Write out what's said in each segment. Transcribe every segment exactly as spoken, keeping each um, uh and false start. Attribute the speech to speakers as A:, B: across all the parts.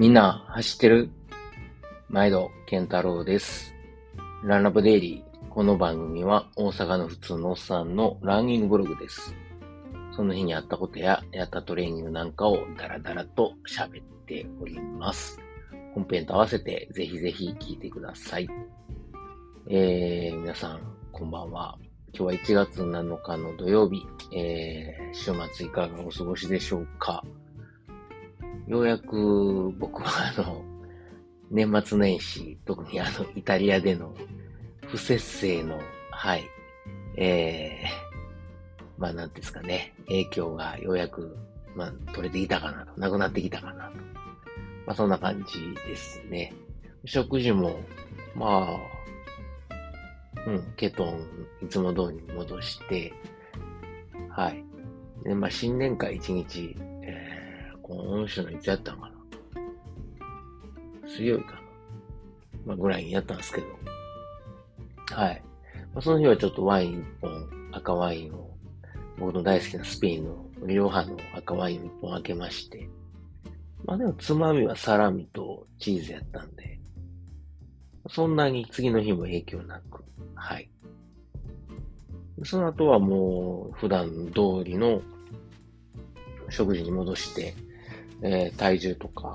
A: みんな走ってる？毎度健太郎です。ランラブデイリー。この番組は大阪の普通のおっさんのランニングブログです。その日にあったことややったトレーニングなんかをダラダラと喋っております。本編と合わせてぜひぜひ聞いてください。えー、皆さんこんばんは。今日はいちがつなのかの土曜日、えー、週末いかがお過ごしでしょうか。ようやく僕はあの年末年始、特にあのイタリアでの不節制の、はい、えー、まあなんですかね、影響がようやく、まあ取れてきたかなと、なくなってきたかなと。まあそんな感じですね。食事も、まあ、うん、ケトン、いつも通りに戻して、はい。で、まあ新年会一日、えー、今週のいつやったのかな。水曜日かな。まあぐらいにやったんですけど、はい。まあ、その日はちょっとワイン一本、赤ワインを、僕の大好きなスペインのリオハの赤ワインを一本開けまして、まあでもつまみはサラミとチーズやったんで、そんなに次の日も影響なく、はい。その後はもう普段通りの食事に戻して、えー、体重とか、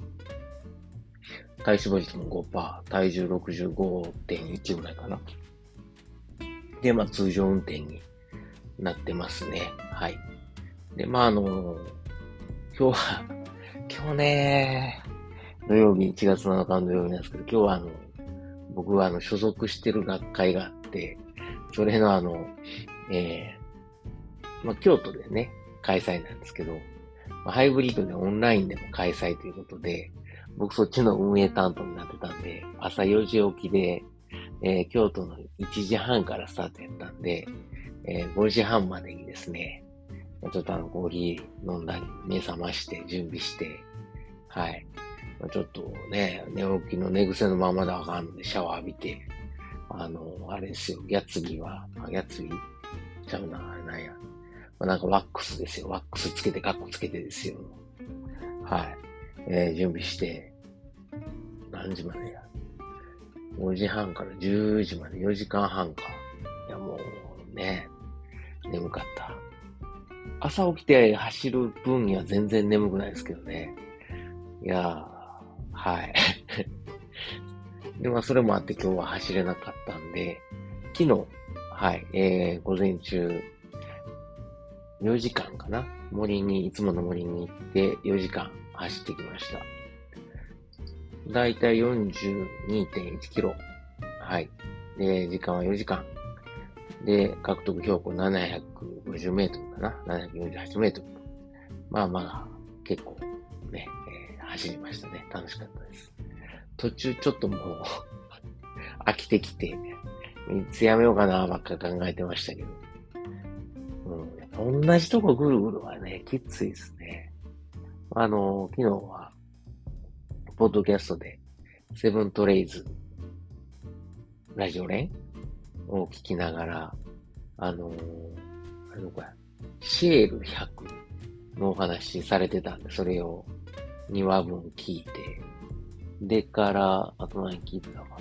A: 体脂肪率も ごパーセント、体重 ろくじゅうごてんいち ぐらいかな。で、まあ通常運転になってますね。はい。で、まああの、今日は、今日ね、土曜日、いちがつなのかの土曜日なんですけど、今日はあの、僕はあの、所属してる学会があって、それのあの、えー、まあ京都でね、開催なんですけど、まあ、ハイブリッドでオンラインでも開催ということで、僕そっちの運営担当になってたんで、朝よじ起きで、えー、京都のいちじはんからスタートやったんで、えー、ごじはんまでにですね、ちょっとあのコーヒー飲んだり、目覚まして準備して、はい。ちょっとね、寝起きの寝癖のままであかんのでシャワー浴びて、あの、あれですよ、ギャッツビーは、ギャッツビーちゃうな、あれなんや。まあ、なんかワックスですよ、ワックスつけて、カッコつけてですよ。はい。えー、準備して、何時までや。ごじはんからじゅうじまでよじかんはんか。いや、もうね、眠かった。朝起きて走る分には全然眠くないですけどね。いやー、はい。で、まあ、それもあって今日は走れなかったんで、昨日、はい、えー、午前中、よじかんかな。森に、いつもの森に行ってよじかん走ってきました。だいたい よんじゅうにてんいちキロ。はい。で、時間はよじかん。で、獲得標高ななひゃくごじゅうメートルかな。ななひゃくよんじゅうはちメートル。まあまあ、結構ね、えー、走りましたね。楽しかったです。途中ちょっともう飽きてきて、いつやめようかなばっか考えてましたけど。うん、同じとこぐるぐるはね、きついですね。あの、昨日は、ポッドキャストで、セブントレイズ、ラジオ連を聞きながら、あのー、あれどこや、シェールひゃくのお話されてたんで、それをにわぶん聞いて、でから、あと何聞いてたかな。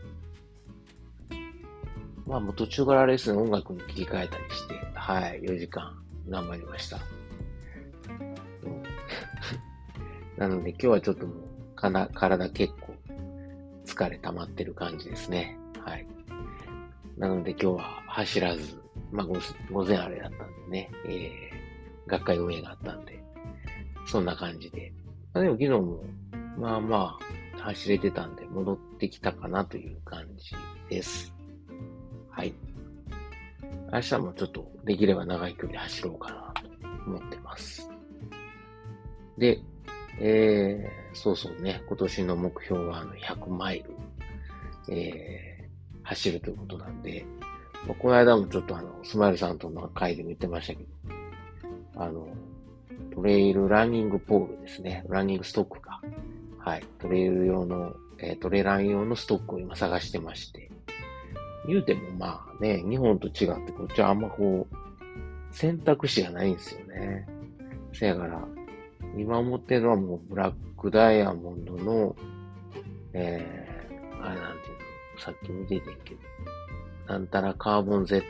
A: まあもう途中からあれですね、音楽に切り替えたりして、はい、よじかん頑張りました。うん、なので今日はちょっともうかな、体結構疲れ溜まってる感じですね。はい。なので今日は走らず、まあ午前あれだったんでね、えー、学会運営があったんで、そんな感じで。まあ、でも昨日も、まあまあ、走れてたんで戻ってきたかなという感じです。はい。明日もちょっとできれば長い距離走ろうかなと思ってます。で、えー、そうそうね、今年の目標はあのひゃくマイル、えー、走るということなんで、まあ、この間もちょっとあの、スマイルさんとの会でも言ってましたけど、あの、トレイルランニングポールですね、ランニングストックか。はい、トレイル用の、えー、トレラン用のストックを今探してまして、言うてもまあね、日本と違ってこっちはあんまこう、選択肢がないんですよね。せやから、 今思ってるのはもうブラックダイヤモンドの、えー、あれなんていうの、さっき見ててんけど、なんたらカーボン Z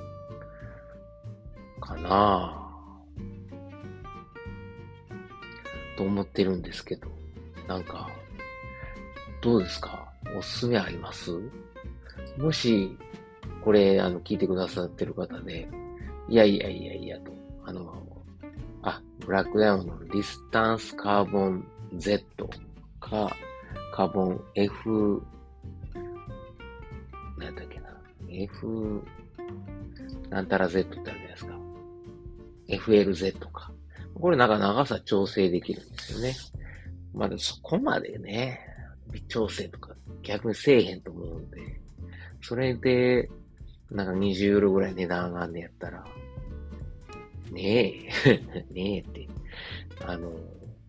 A: かなぁと思ってるんですけど、なんか、どうですか？おすすめあります？もし、これ、あの、聞いてくださってる方で、いやいやいやいやと、あの、あ、ブラックダイヤモンドのディスタンスカーボン Z か、カーボン F、なんだっけな、F、なんたら Z ってあるじゃないですか。エフエルゼット か。これなんか長さ調整できるんですよね。まだそこまでね、微調整とか逆にせえへんと思うんで、それで、なんかにじゅうユーロぐらい値段上がんねやったら、ねえ、ねえって、あの、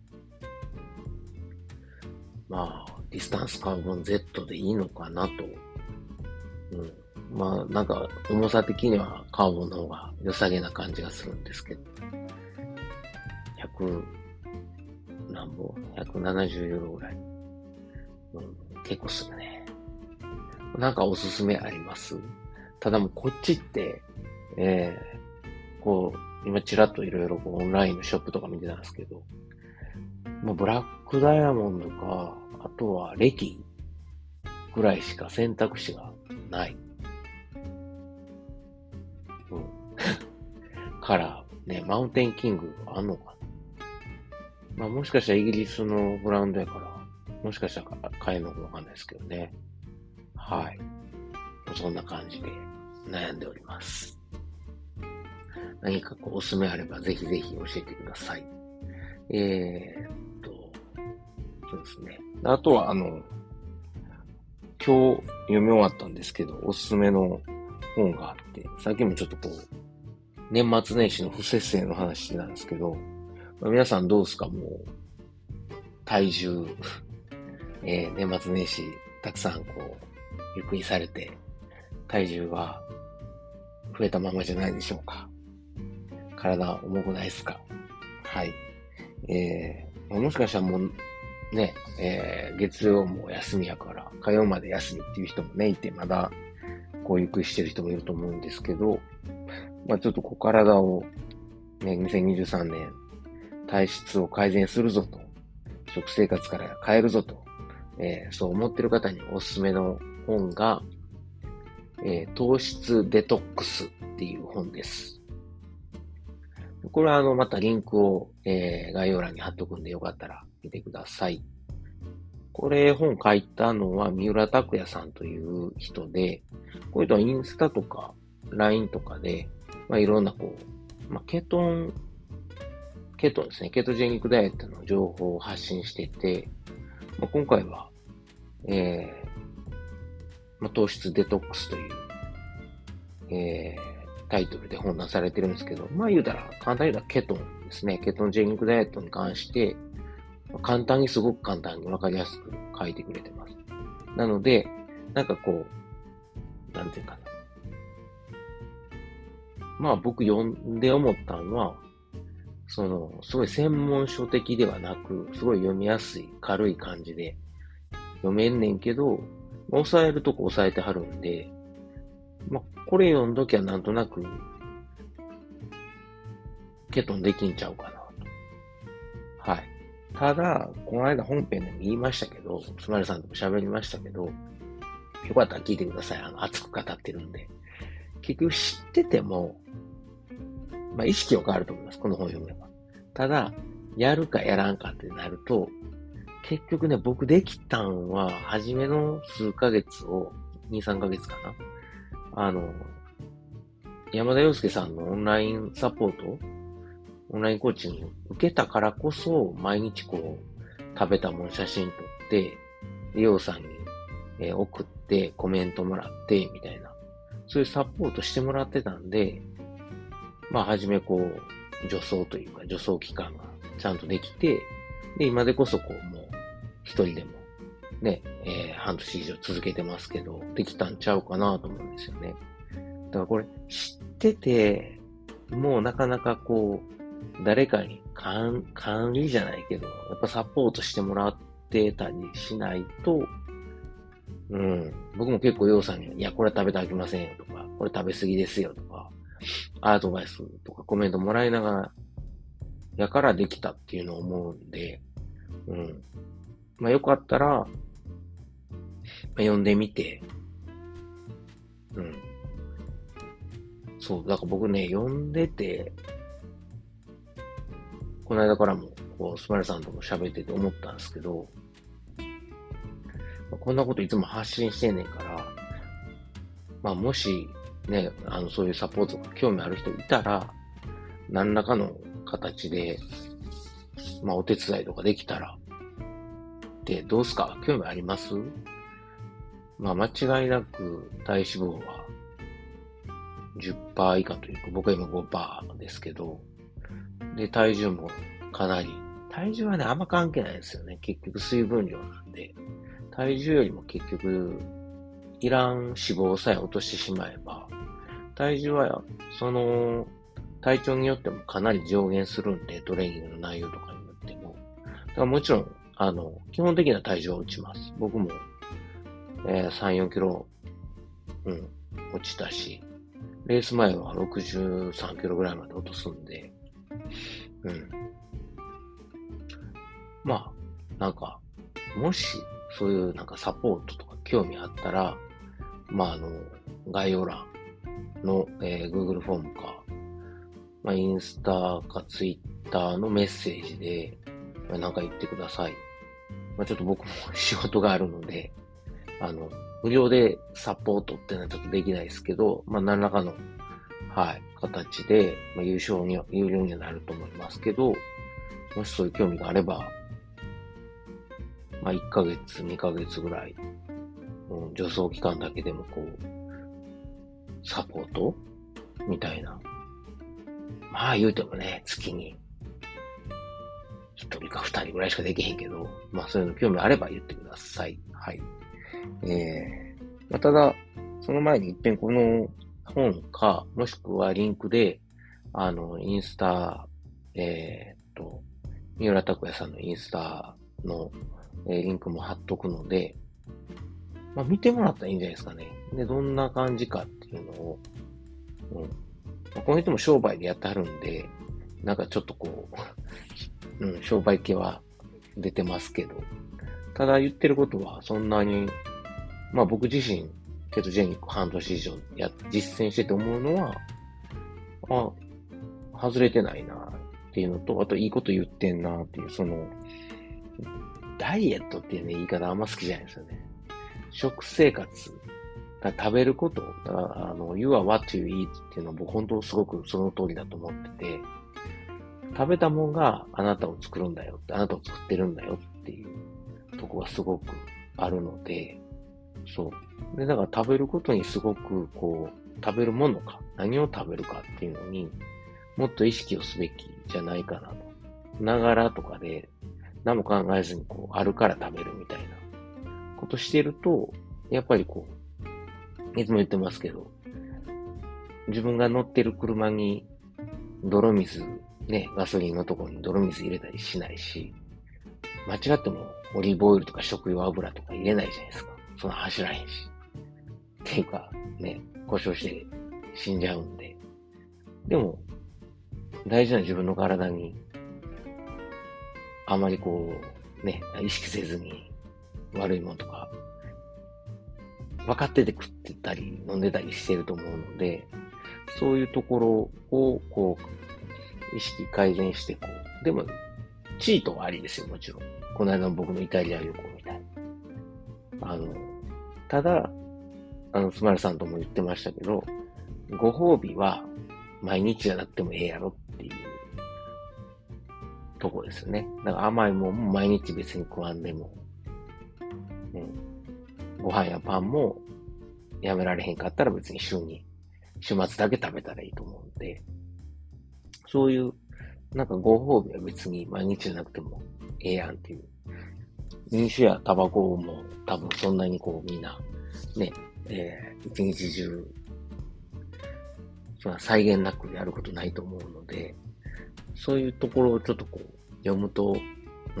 A: まあ、ディスタンスカーボン Z でいいのかなと。うん。まあ、なんか、重さ的にはカーボンの方が良さげな感じがするんですけど、ひゃく、なんぼ ?ひゃくななじゅうユーロぐらい。うん、結構するね。なんかおすすめあります？ただもうこっちって、えー、こう、今ちらっといろいろオンラインのショップとか見てたんですけど、もうブラックダイヤモンドか、あとはレキぐらいしか選択肢がない。うん。から、ね、マウンテンキングあんのかな。まあもしかしたらイギリスのブランドやから、もしかしたら買えるのかわかんないですけどね。はい。そんな感じで悩んでおります。何かこうおすすめあればぜひぜひ教えてください。えーっと、そうですね。あとはあの、今日読み終わったんですけど、おすすめの本があって、さっきもちょっとこう、年末年始の不節制の話してたんですけど、まあ、皆さんどうですか？もう、体重、えー、年末年始、たくさんこう、ゆっくりされて、体重が増えたままじゃないでしょうか？体重くないですか？はい。えー、もしかしたらもう、ね、えー、月曜も休みやから、火曜まで休みっていう人もね、いて、まだ、こう、ゆっくりしてる人もいると思うんですけど、まあちょっとこう、体を、ね、にせんにじゅうさんねん、体質を改善するぞと、食生活から変えるぞと、えー、そう思ってる方におすすめの本が、えー、糖質デトックスっていう本です。これはあの、またリンクを、えー、概要欄に貼っとくんでよかったら見てください。これ本書いたのは三浦拓也さんという人で、こういう人はインスタとか ライン とかで、まあ、いろんなこう、まあ、ケトン、ケトンですね、ケトジェニックダイエットの情報を発信してて、まあ、今回は、えーまあ、糖質デトックスという、えータイトルで本出されてるんですけど、まあ言うたら、簡単に言うたらケトンですね。ケトンジェニックダイエットに関して、簡単にすごく簡単にわかりやすく書いてくれてます。なので、なんかこう、なんていうかな。まあ僕読んで思ったのは、その、すごい専門書的ではなく、すごい読みやすい、軽い感じで読めんねんけど、抑えるとこ抑えてはるんで、まあ、これ読んどきゃなんとなく、ケトンできんちゃうかなと。はい。ただ、この間本編でも言いましたけど、スマイルさんとも喋りましたけど、よかったら聞いてください。あの、熱く語ってるんで。結局知ってても、まあ、意識は変わると思います。この本読めば。ただ、やるかやらんかってなると、結局ね、僕できたんは、初めの数ヶ月を、に、さんかげつかな。あの、山田洋介さんのオンラインサポート、オンラインコーチング受けたからこそ、毎日こう、食べたもん写真撮って、洋さんに、えー送って、コメントもらって、みたいな。そういうサポートしてもらってたんで、まあ、はじめこう、助走というか、助走期間がちゃんとできて、で、今でこそこう、もう、一人でも、ね、えー、半年以上続けてますけど、できたんちゃうかなと思うんですよね。だからこれ、知ってて、もうなかなかこ誰かに管管理じゃないけど、やっぱサポートしてもらってたりしないと、うん、僕も結構洋さんに、いや、これ食べてあきませんよとか、これ食べ過ぎですよとか、アドバイスとかコメントもらいながら、やからできたっていうのを思うんで、うん。まあよかったら、まあ、読んでみて、うん。そう、だから僕ね、読んでて、この間からも、こう、スマイルさんとも喋ってて思ったんですけど、こんなこといつも発信してんねんから、まあもし、ね、あの、そういうサポートが興味ある人いたら、何らかの形で、まあお手伝いとかできたら、で、どうすか？興味あります？まあ間違いなく体脂肪はじゅっパーセント以下というか、僕は今 ごパーセント ですけど、で、体重もかなり、体重はね、あんま関係ないですよね。結局水分量なんで、体重よりも結局、いらん脂肪さえ落としてしまえば、体重は、その、体調によってもかなり上限するんで、トレーニングの内容とかによっても。だからもちろん、あの、基本的な体重は落ちます。僕も、えー、さん、よんキロ、うん、落ちたし、レース前はろくじゅうさんキロぐらいまで落とすんで、うん。まあ、なんか、もし、そういうなんかサポートとか興味あったら、まあ、あの、概要欄の、えー Google フォームか、まあ、インスタか Twitter のメッセージで、まあ、なんか言ってください。まあ、ちょっと僕も仕事があるので、あの、無料でサポートってのはちょっとできないですけど、まあ、何らかの、はい、形で、まあ、優勝には、有料にはなると思いますけど、もしそういう興味があれば、まあ、いっかげつ、にかげつぐらい、うん、助走期間だけでもこう、サポートみたいな。まあ言うてもね、月に一人か二人ぐらいしかできへんけど、まあそういうの興味あれば言ってください。はい。えー、まあ、ただ、その前に一遍この本か、もしくはリンクで、あの、インスタ、えー、っと、三浦拓也さんのインスタの、えーリンクも貼っとくので、まあ見てもらったらいいんじゃないですかね。で、どんな感じかっていうのを、うん。まあこの人も商売でやってはるんで、なんかちょっとこう、うん、商売系は出てますけど、ただ言ってることはそんなに、まあ僕自身、ケトジェニック半年以上や、実践してて思うのは、あ、外れてないなっていうのと、あといいこと言ってんなっていう、その、ダイエットっていうね、言い方あんま好きじゃないですよね。食生活、だ食べること、だからあの、you are what you eat っていうのは僕本当すごくその通りだと思ってて、食べたもんがあなたを作るんだよって、あなたを作ってるんだよっていうとこがすごくあるので、そう。で、だから食べることにすごくこう、食べるものか、何を食べるかっていうのにもっと意識をすべきじゃないかなと。ながらとかで何も考えずにこう、あるから食べるみたいなことしてると、やっぱりこう、いつも言ってますけど、自分が乗ってる車に泥水、ね、ガソリンのところに泥水入れたりしないし、間違ってもオリーブオイルとか食用油とか入れないじゃないですか。そんな走らへんし。っていうか、ね、故障して死んじゃうんで。でも、大事な自分の体に、あまりこう、ね、意識せずに悪いものとか、分かってて食ってたり飲んでたりしてると思うので、そういうところを、こう、意識改善して、こう、でも、チートはありですよ、もちろん。この間の僕のイタリア旅行みたいな。あの、ただ、あの、スマイルさんとも言ってましたけど、ご褒美は毎日じゃなくてもええやろっていうとこですよね。だから甘いもんも毎日別に食わんでも、うん。ご飯やパンもやめられへんかったら別に週に、週末だけ食べたらいいと思うんで、そういう、なんかご褒美は別に毎日じゃなくてもええやんっていう。飲酒やタバコも多分そんなにこうみんな、ね、えー、一日中、そんな際限なくやることないと思うので、 そういうところをちょっとこう、読むと、うん、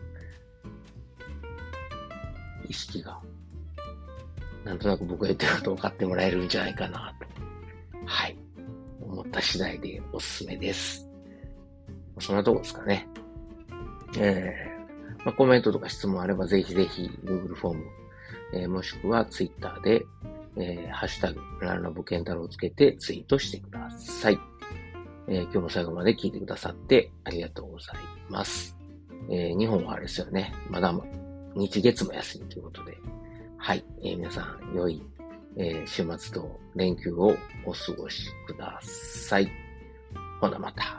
A: 意識が、なんとなく僕が言ってることを分かってもらえるんじゃないかなと、はい、思った次第でおすすめです。そんなとこですかね。えーまあ、コメントとか質問あればぜひぜひ Google フォーム、えー、もしくは Twitter で、えー、ハッシュタグランラボケンタロウをつけてツイートしてください。えー、今日も最後まで聞いてくださってありがとうございます。えー、日本はあれですよね。まだ日月も休みということで、はい、えー、皆さん良い、えー、週末と連休をお過ごしください。ほなまた。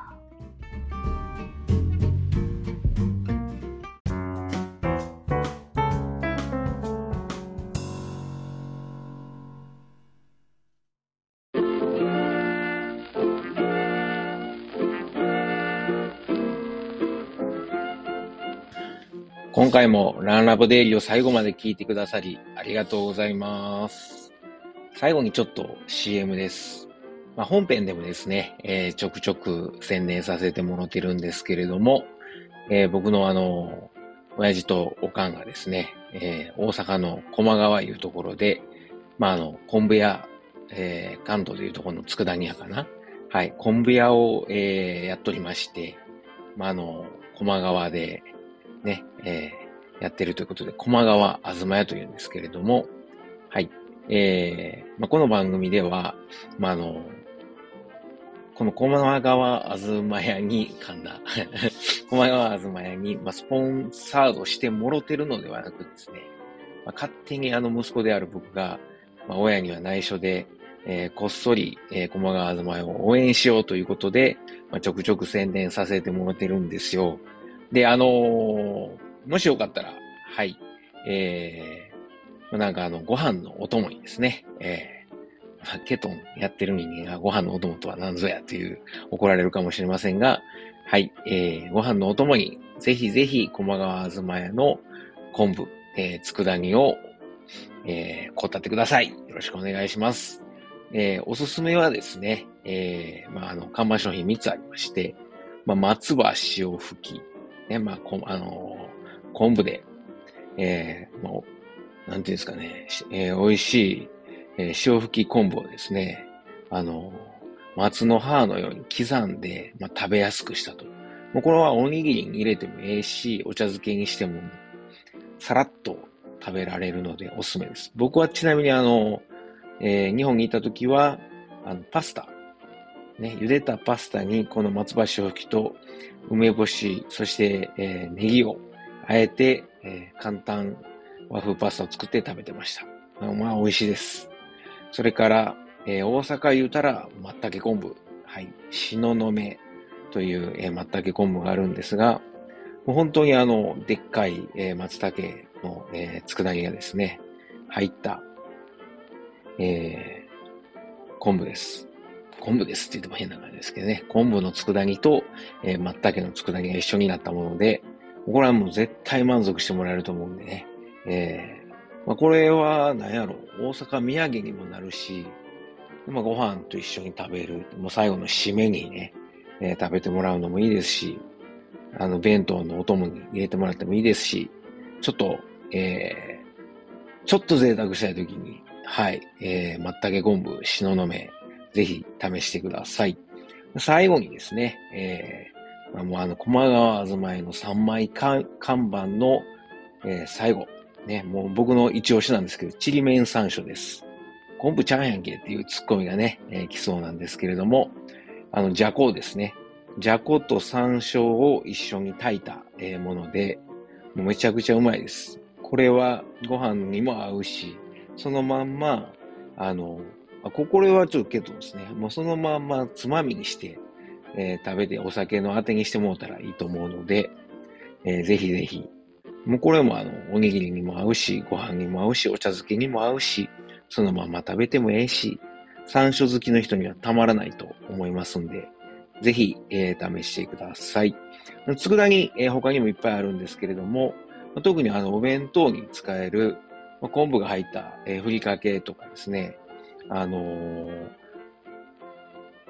A: 今回もランラボデイリーを最後まで聞いてくださりありがとうございます。最後にちょっと シーエム です。まあ、本編でもですね、えー、ちょくちょく宣伝させてもらってるんですけれども、えー、僕のあの、親父とおかんがですね、えー、大阪の駒川いうところで、まあ、あの、昆布屋、えー、関東でいうところの佃煮屋かな。はい、昆布屋を、えー、やっておりまして、まあ、あの、駒川で、ね、えー、やってるということで、駒川あずま屋というんですけれども、はい。えー、まあ、この番組では、まあ、あの、この駒川あずま屋に、噛んだ。駒川あずま屋に、まあ、スポンサードしてもろてるのではなくですね、まあ、勝手にあの息子である僕が、まあ、親には内緒で、えー、こっそり、えー、駒川あずま屋を応援しようということで、まあ、ちょくちょく宣伝させてもらってるんですよ。で、あのー、もしよかったら、はい、えー、なんかあの、ご飯のお供にですね、えー、ケトンやってる人間がご飯のお供とは何ぞやという怒られるかもしれませんが、はい、えー、ご飯のお供にぜひぜひ駒川あずま屋の昆布、えー、佃煮を、えー、こたってください。よろしくお願いします。えー、おすすめはですね、えー、まあ、あの、看板商品みっつありまして、まあ、松葉塩吹き、ね、まあ、こあのー、昆布で、えー、もう、なんていうんですかね、えー、美味しい、えー、塩吹き昆布をですね、あのー、松の葉のように刻んで、まあ、食べやすくしたと。もうこれはおにぎりに入れてもええし、お茶漬けにしても、さらっと食べられるのでおすすめです。僕はちなみにあの、えー、日本にいた時は、あの、パスタ、ね、茹でたパスタにこの松葉塩吹きと梅干し、そして、えー、ネギをあえて、えー、簡単和風パスタを作って食べてました。まあ、美味しいです。それから、えー、大阪言うたら、松茸昆布。はい。しののめという、えー、松茸昆布があるんですが、もう本当にあの、でっかい、えー、松茸の、えー、佃煮がですね、入った、えー、昆布です。昆布ですって言っても変な感じですけどね。昆布の佃煮と、えー、松茸の佃煮が一緒になったもので、これはもう絶対満足してもらえると思うんでね。えーまあ、これは何やろ、大阪土産にもなるし、まあ、ご飯と一緒に食べる、もう最後の締めにね、えー食べてもらうのもいいですし、あの、弁当のお供に入れてもらってもいいですし、ちょっと、えー、ちょっと贅沢したいときに、はい、えー、松茸昆布、しののめ、ぜひ試してください。最後にですね、えー、まあ、もうあの、駒川あずまいのさんまい看板の、えー、最後、ね、もう僕の一押しなんですけど、ちりめん山椒です。昆布ちゃんやんけっていうツッコミがね、えー、来そうなんですけれども、あの、じゃこですね。じゃこと山椒を一緒に炊いた、えー、もので、もうめちゃくちゃうまいです。これはご飯にも合うし、そのまんま、あの、あここれはちょっとケトですね。もうそのまんまつまみにして、えー食べてお酒のあてにしてもらったらいいと思うので、えーぜひぜひ。もうこれもあの、おにぎりにも合うし、ご飯にも合うし、お茶漬けにも合うし、そのまま食べてもええし、山椒好きの人にはたまらないと思いますんで、ぜひ、えー試してください。佃煮、えー他にもいっぱいあるんですけれども、特にあの、お弁当に使える、まあ昆布が入った、えーふりかけとかですね、あのー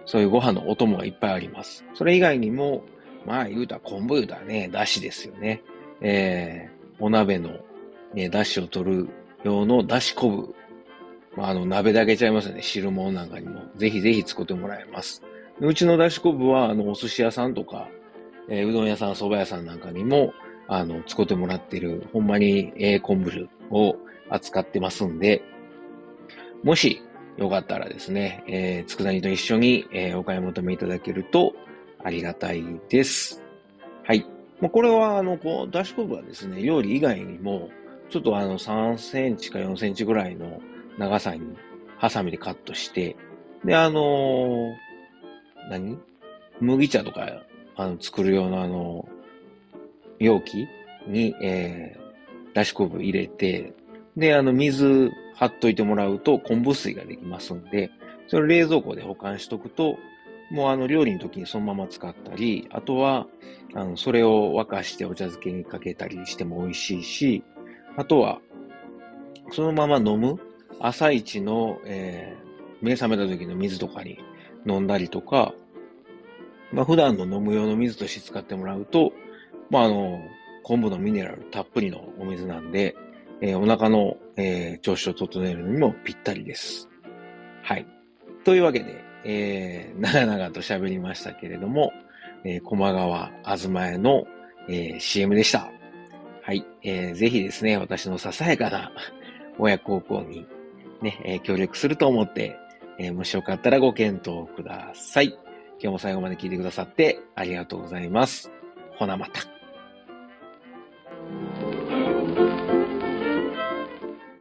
A: そういうご飯のお供がいっぱいあります。それ以外にも、まあ言うたら昆布言うたらね、だしですよね。えー、お鍋の、ね、だしを取る用のだし昆布。まあ、あの、鍋だけちゃいますよね。汁物なんかにも。ぜひぜひ作ってもらえます。うちのだし昆布は、あの、お寿司屋さんとか、えーうどん屋さん、蕎麦屋さんなんかにも、あの、使ってもらってる、ほんまに、ええ昆布を扱ってますんで、もし、よかったらですね、えー、佃煮と一緒に、えーお買い求めいただけるとありがたいです。はい。まあ、これは、あの、こう、だし昆布はですね、料理以外にも、ちょっとあの、さんセンチかよんセンチぐらいの長さに、ハサミでカットして、で、あのー何麦茶とか、あの、作る用のあの、容器に、えー、だし昆布入れて、で、あの、水張っといてもらうと昆布水ができますんで、それを冷蔵庫で保管しとくと、もうあの、料理の時にそのまま使ったり、あとは、あの、それを沸かしてお茶漬けにかけたりしても美味しいし、あとは、そのまま飲む朝一の、えー目覚めた時の水とかに飲んだりとか、まあ、普段の飲む用の水として使ってもらうと、まあ、あの、昆布のミネラルたっぷりのお水なんで、えーお腹の、えー調子を整えるのにもぴったりです。はい。というわけで、えー長々と喋りましたけれども、えー、駒川あずまえの、えー シーエム でした。はい。えーぜひですね、私のささやかな親孝行にね、えー協力すると思って、えーもしよかったらご検討ください。今日も最後まで聞いてくださってありがとうございます。ほなまた。